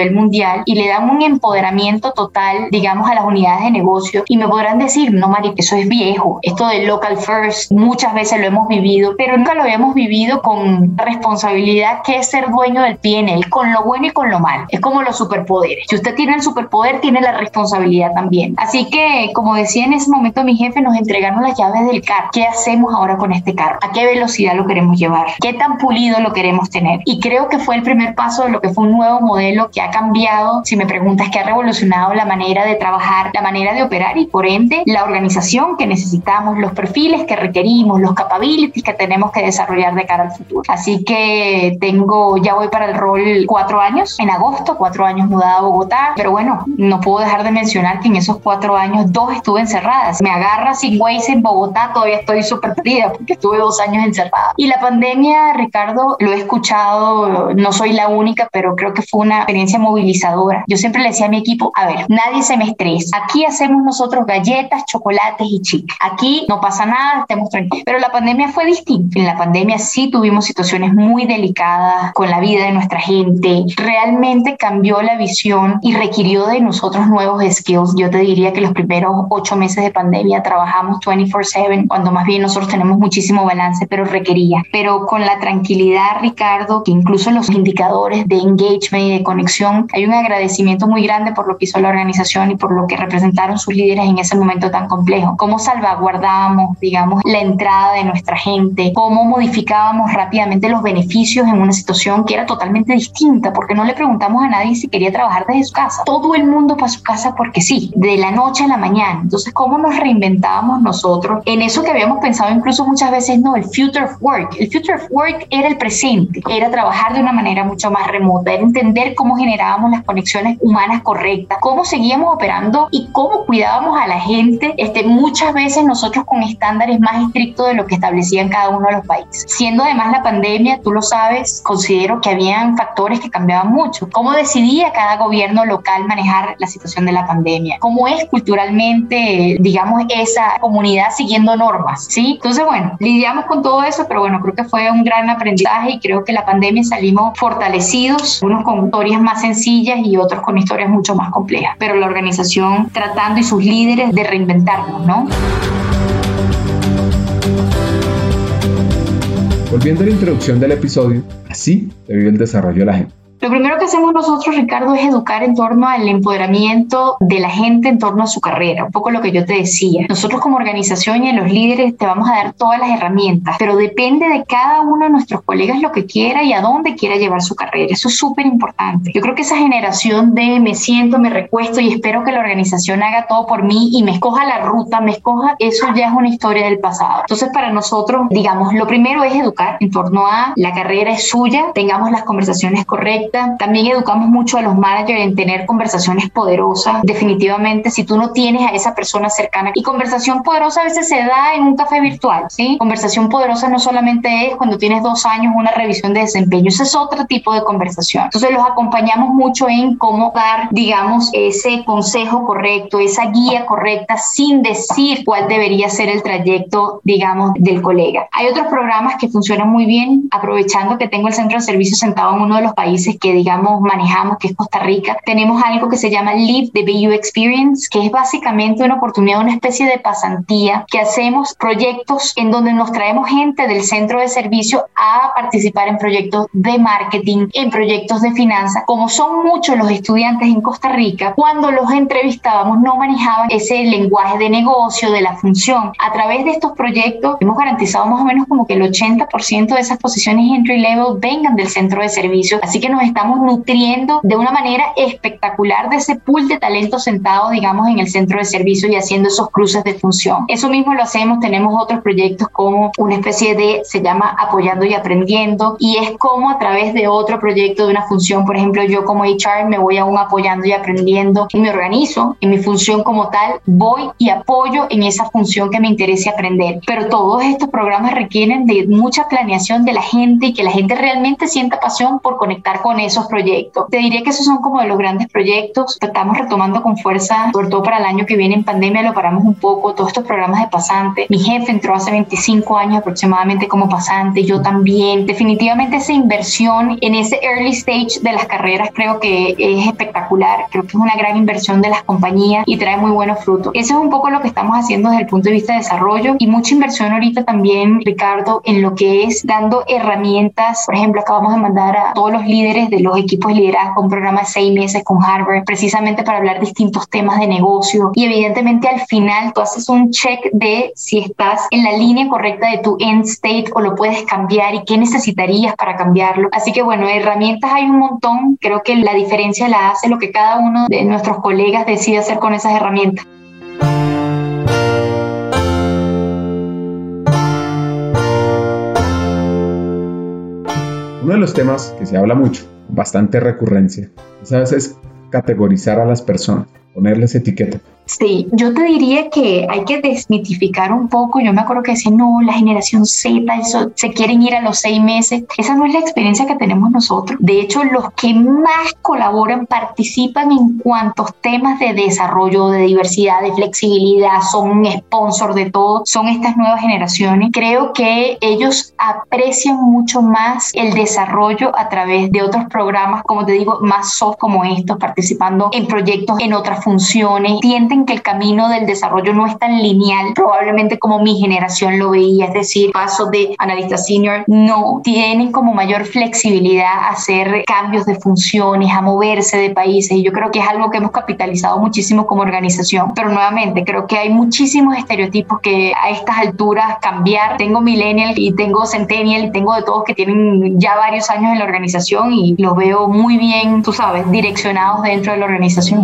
nivel mundial y le dan un empoderamiento total, digamos, a las unidades de negocio, y me podrán decir, no, Mari, eso es viejo, esto de local first, muchas veces lo hemos vivido, pero nunca lo habíamos vivido con responsabilidad que es ser dueño del P&L, con lo bueno y con lo malo. Es como los superpoderes. Si usted tiene el superpoder, tiene la responsabilidad también. Así que, como decía en ese momento mi jefe, nos entregaron las llaves del carro. ¿Qué hacemos ahora con este carro? ¿A qué velocidad lo queremos llevar? ¿Qué tan pulido lo queremos tener? Y creo que fue el primer paso de lo que fue un nuevo modelo que ha cambiado, si me preguntas, que ha revolucionado la manera de trabajar, la manera de operar y por ende la organización que necesitamos, los perfiles que requerimos, los capabilities que tenemos que desarrollar de cara al futuro. Así que ya voy para el rol 4 años, en agosto, 4 años mudada a Bogotá, pero bueno, no puedo dejar de mencionar que en esos 4 años 2 estuve encerrada. Me agarra sin Waze en Bogotá, todavía estoy súper perdida porque estuve 2 años encerrada. Y la pandemia, Ricardo, lo he escuchado, no soy la única, pero creo que fue una experiencia movilizadora. Yo siempre le decía a mi equipo, a ver, nadie se me estresa. Aquí hacemos nosotros galletas, chocolates y chicles. Aquí no pasa nada, estemos tranquilos. Pero la pandemia fue distinta. En la pandemia sí tuvimos situaciones muy delicadas con la vida de nuestra gente. Realmente cambió la visión y requirió de nosotros nuevos skills. Yo te diría que los primeros 8 meses de pandemia trabajamos 24/7, cuando más bien nosotros tenemos muchísimo balance, pero requería. Pero con la tranquilidad, Ricardo, que incluso los indicadores de engagement y de conexión, hay un agradecimiento muy grande por lo que hizo la organización y por lo que representaron sus líderes en ese momento tan complejo. Cómo salvaguardábamos, digamos, la entrada de nuestra gente, cómo modificábamos rápidamente los beneficios en una situación que era totalmente distinta, porque no le preguntamos a nadie si quería trabajar desde su casa. Todo el mundo para su casa porque sí, de la noche a la mañana. Entonces, ¿cómo nos reinventábamos nosotros en eso que habíamos pensado incluso muchas veces? No, el future of work. El future of work era el presente, era trabajar de una manera mucho más remota, era entender cómo generábamos las conexiones humanas correctas, cómo seguíamos operando y cómo cuidábamos a la gente, muchas veces nosotros con estándares más estrictos de lo que establecían cada uno de los países. Siendo además la pandemia, tú lo sabes, considero que habían factores que cambiaban mucho. ¿Cómo decidía cada gobierno local manejar la situación de la pandemia? ¿Cómo es culturalmente, digamos, esa comunidad siguiendo normas? ¿Sí? Entonces, bueno, lidiamos con todo eso, pero bueno, creo que fue un gran aprendizaje y creo que la pandemia salimos fortalecidos, unos con historias más sencillas y otros con historias mucho más complejas, pero la organización tratando y sus líderes de reinventarnos, ¿no? Volviendo a la introducción del episodio, así se vive el desarrollo de la gente. Lo primero que hacemos nosotros, Ricardo, es educar en torno al empoderamiento de la gente en torno a su carrera, un poco lo que yo te decía. Nosotros como organización y a los líderes te vamos a dar todas las herramientas, pero depende de cada uno de nuestros colegas lo que quiera y a dónde quiera llevar su carrera. Eso es súper importante. Yo creo que esa generación de me siento, me recuesto y espero que la organización haga todo por mí y me escoja la ruta, eso ya es una historia del pasado. Entonces, para nosotros, digamos, lo primero es educar en torno a la carrera es suya, tengamos las conversaciones correctas. También educamos mucho a los managers en tener conversaciones poderosas. Definitivamente, si tú no tienes a esa persona cercana, y conversación poderosa a veces se da en un café virtual, ¿sí? Conversación poderosa no solamente es cuando tienes 2 años una revisión de desempeño, ese es otro tipo de conversación. Entonces los acompañamos mucho en cómo dar, digamos, ese consejo correcto, esa guía correcta, sin decir cuál debería ser el trayecto, digamos, del colega. Hay otros programas que funcionan muy bien, aprovechando que tengo el centro de servicio sentado en uno de los países que, digamos, manejamos, que es Costa Rica. Tenemos algo que se llama Live the BU Experience, que es básicamente una oportunidad, una especie de pasantía que hacemos, proyectos en donde nos traemos gente del centro de servicio a participar en proyectos de marketing, en proyectos de finanzas. Como son muchos los estudiantes en Costa Rica, cuando los entrevistábamos no manejaban ese lenguaje de negocio, de la función. A través de estos proyectos hemos garantizado más o menos como que el 80% de esas posiciones entry level vengan del centro de servicio. Así que nos estamos nutriendo de una manera espectacular de ese pool de talento sentado, digamos, en el centro de servicio y haciendo esos cruces de función. Eso mismo lo hacemos, tenemos otros proyectos como una especie de, se llama Apoyando y Aprendiendo, y es como a través de otro proyecto de una función, por ejemplo, yo como HR me voy a un Apoyando y Aprendiendo y me organizo en mi función como tal, voy y apoyo en esa función que me interese aprender. Pero todos estos programas requieren de mucha planeación de la gente y que la gente realmente sienta pasión por conectar con con esos proyectos. Te diría que esos son como de los grandes proyectos. Estamos retomando con fuerza, sobre todo para el año que viene. En pandemia lo paramos un poco, todos estos programas de pasante. Mi jefe entró hace 25 años aproximadamente como pasante, yo también. Definitivamente esa inversión en ese early stage de las carreras creo que es espectacular. Creo que es una gran inversión de las compañías y trae muy buenos frutos. Eso es un poco lo que estamos haciendo desde el punto de vista de desarrollo, y mucha inversión ahorita también, Ricardo, en lo que es dando herramientas. Por ejemplo, acabamos de mandar a todos los líderes de los equipos de liderazgo un programa de 6 meses con Harvard, precisamente para hablar distintos temas de negocio, y evidentemente al final tú haces un check de si estás en la línea correcta de tu end state o lo puedes cambiar y qué necesitarías para cambiarlo. Así que bueno, herramientas hay un montón. Creo que la diferencia la hace lo que cada uno de nuestros colegas decide hacer con esas herramientas. Uno de los temas que se habla mucho, con bastante recurrencia, es a veces categorizar a las personas, ponerles etiquetas. Sí, yo te diría que hay que desmitificar un poco. Yo me acuerdo que decían, no, la generación Z, eso, se quieren ir a los 6 meses. Esa no es la experiencia que tenemos nosotros. De hecho, los que más colaboran, participan en cuantos temas de desarrollo, de diversidad, de flexibilidad, son sponsor de todo, son estas nuevas generaciones. Creo que ellos aprecian mucho más el desarrollo a través de otros programas, como te digo, más soft como estos, participando en proyectos en otras funciones. Sienten que el camino del desarrollo no es tan lineal, probablemente como mi generación lo veía, es decir, paso de analista senior, no, tienen como mayor flexibilidad a hacer cambios de funciones, a moverse de países, y yo creo que es algo que hemos capitalizado muchísimo como organización. Pero nuevamente, creo que hay muchísimos estereotipos que a estas alturas cambiar. Tengo millennial y tengo centennial y tengo de todos que tienen ya varios años en la organización y los veo muy bien, tú sabes, direccionados dentro de la organización.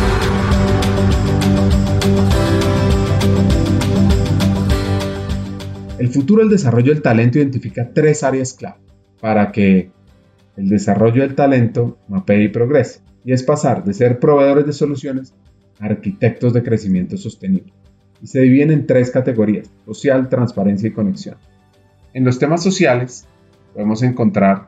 El futuro del desarrollo del talento identifica 3 áreas clave para que el desarrollo del talento mapee y progrese, y es pasar de ser proveedores de soluciones a arquitectos de crecimiento sostenible. Y se dividen en 3 categorías: social, transparencia y conexión. En los temas sociales podemos encontrar,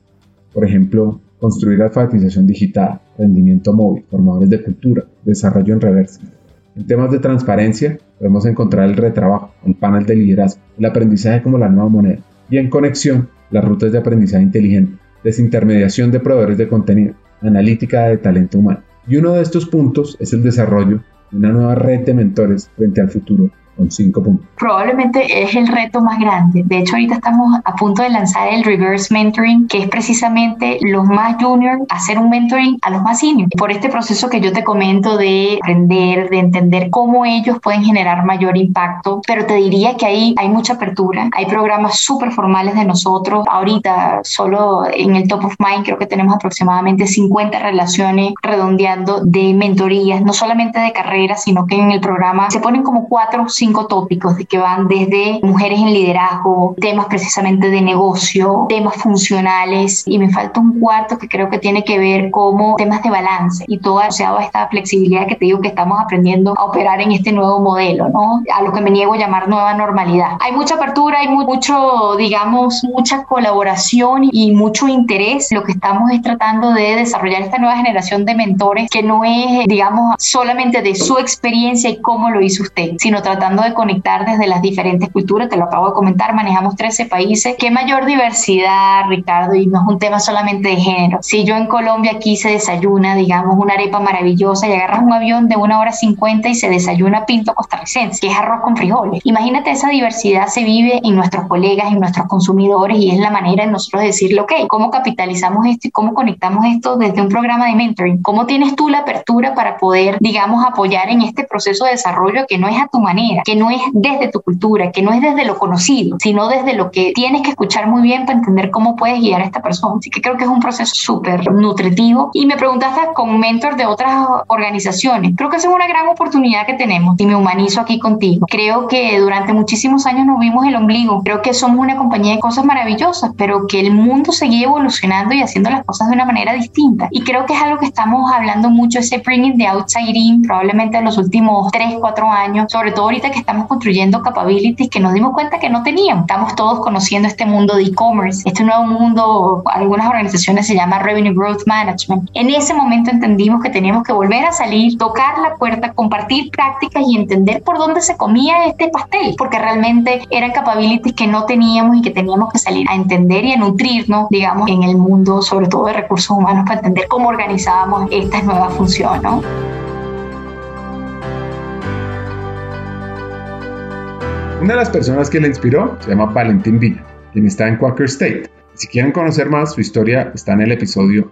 por ejemplo, construir alfabetización digital, rendimiento móvil, formadores de cultura, desarrollo en reversa. En temas de transparencia podemos encontrar el retrabajo, el panel de liderazgo, el aprendizaje como la nueva moneda, y en conexión, las rutas de aprendizaje inteligente, desintermediación de proveedores de contenido, analítica de talento humano. Y uno de estos puntos es el desarrollo de una nueva red de mentores frente al futuro, con 5 puntos. Probablemente es el reto más grande. De hecho, ahorita estamos a punto de lanzar el reverse mentoring, que es precisamente los más junior hacer un mentoring a los más senior. Por este proceso que yo te comento de aprender, de entender cómo ellos pueden generar mayor impacto. Pero te diría que ahí hay mucha apertura. Hay programas súper formales de nosotros. Ahorita, solo en el Top of Mind, creo que tenemos aproximadamente 50 relaciones redondeando de mentorías, no solamente de carrera, sino que en el programa se ponen como 4 o 5 tópicos de que van desde mujeres en liderazgo, temas precisamente de negocio, temas funcionales, y me falta un cuarto que creo que tiene que ver como temas de balance y todo asociado a esta flexibilidad que te digo que estamos aprendiendo a operar en este nuevo modelo, ¿no? A lo que me niego a llamar nueva normalidad. Hay mucha apertura, hay mucho, digamos, mucha colaboración y mucho interés. Lo que estamos es tratando de desarrollar esta nueva generación de mentores que no es, digamos, solamente de su experiencia y cómo lo hizo usted, sino tratando de conectar desde las diferentes culturas. Te lo acabo de comentar, manejamos 13 países. ¿Qué mayor diversidad, Ricardo? Y no es un tema solamente de género. Si yo en Colombia aquí se desayuna, digamos, una arepa maravillosa y agarras un avión de 1 hora 50 y se desayuna pinto costarricense, que es arroz con frijoles. Imagínate, esa diversidad se vive en nuestros colegas, en nuestros consumidores, y es la manera de nosotros decirle, ok, ¿cómo capitalizamos esto y cómo conectamos esto desde un programa de mentoring? ¿Cómo tienes tú la apertura para poder, digamos, apoyar en este proceso de desarrollo que no es a tu manera, que no es desde tu cultura, que no es desde lo conocido, sino desde lo que tienes que escuchar muy bien para entender cómo puedes guiar a esta persona? Así que creo que es un proceso súper nutritivo. Y me preguntaste con mentors de otras organizaciones. Creo que esa es una gran oportunidad que tenemos y me humanizo aquí contigo. Creo que durante muchísimos años nos vimos el ombligo. Creo que somos una compañía de cosas maravillosas, pero que el mundo seguía evolucionando y haciendo las cosas de una manera distinta. Y creo que es algo que estamos hablando mucho, ese bringing the outside in, probablemente en los últimos 3-4 años, sobre todo ahorita que estamos construyendo capabilities que nos dimos cuenta que no teníamos. Estamos todos conociendo este mundo de e-commerce, este nuevo mundo, algunas organizaciones se llama Revenue Growth Management. En ese momento entendimos que teníamos que volver a salir, tocar la puerta, compartir prácticas y entender por dónde se comía este pastel, porque realmente eran capabilities que no teníamos y que teníamos que salir a entender y a nutrirnos, digamos, en el mundo, sobre todo de recursos humanos, para entender cómo organizábamos estas nuevas funciones, ¿no? Una de las personas que le inspiró se llama Valentín Villa, quien está en Quaker State. Si quieren conocer más, su historia está en el episodio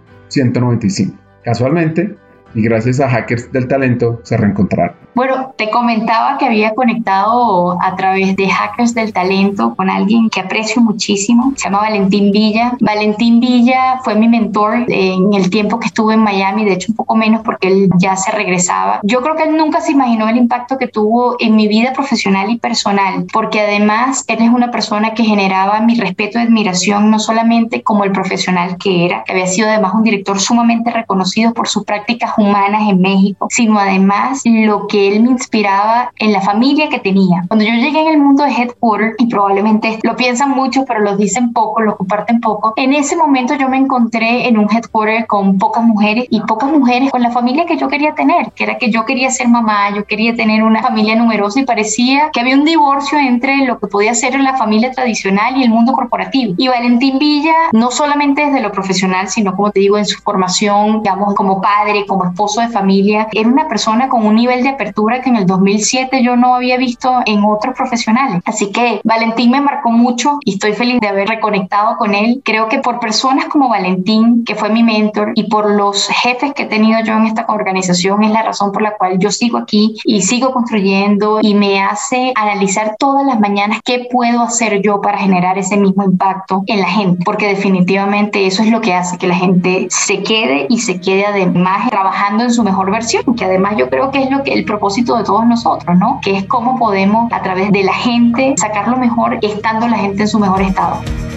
195. Casualmente, y gracias a Hackers del Talento, se reencontraron. Bueno, te comentaba que había conectado a través de Hackers del Talento con alguien que aprecio muchísimo, se llama Valentín Villa. Valentín Villa fue mi mentor en el tiempo que estuve en Miami, de hecho un poco menos porque él ya se regresaba. Yo creo que él nunca se imaginó el impacto que tuvo en mi vida profesional y personal, porque además él es una persona que generaba mi respeto y admiración, no solamente como el profesional que era, que había sido además un director sumamente reconocido por sus prácticas humanas en México, sino además lo que él me inspiraba en la familia que tenía. Cuando yo llegué en el mundo de Headquarter, y probablemente lo piensan mucho, pero lo dicen poco, lo comparten poco, en ese momento yo me encontré en un Headquarter con pocas mujeres y pocas mujeres con la familia que yo quería tener, que era que yo quería ser mamá, yo quería tener una familia numerosa y parecía que había un divorcio entre lo que podía ser la familia tradicional y el mundo corporativo. Y Valentín Villa, no solamente desde lo profesional, sino como te digo, en su formación, digamos, como padre, como esposo de familia, era una persona con un nivel de apertura que en el 2007 yo no había visto en otros profesionales. Así que Valentín me marcó mucho y estoy feliz de haber reconectado con él. Creo que por personas como Valentín, que fue mi mentor, y por los jefes que he tenido yo en esta organización, es la razón por la cual yo sigo aquí y sigo construyendo y me hace analizar todas las mañanas qué puedo hacer yo para generar ese mismo impacto en la gente, porque definitivamente eso es lo que hace que la gente se quede y se quede además trabajando en su mejor versión, que además yo creo que es lo que el propósito de todos nosotros, ¿no? Que es cómo podemos a través de la gente sacar lo mejor estando la gente en su mejor estado.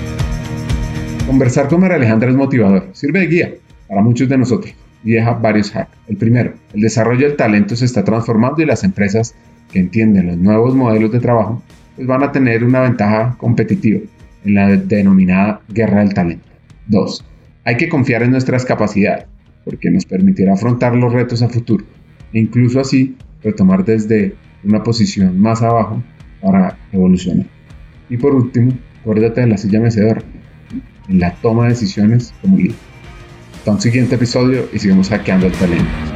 Conversar con María Alejandra es motivador, sirve de guía para muchos de nosotros y deja varios hacks. El primero, el desarrollo del talento se está transformando y las empresas que entienden los nuevos modelos de trabajo pues van a tener una ventaja competitiva en la denominada guerra del talento. 2. Hay que confiar en nuestras capacidades porque nos permitirá afrontar los retos a futuro e incluso así retomar desde una posición más abajo para evolucionar. Y por último, acuérdate de la silla mecedora en la toma de decisiones como líder. Hasta un siguiente episodio y sigamos hackeando el talento.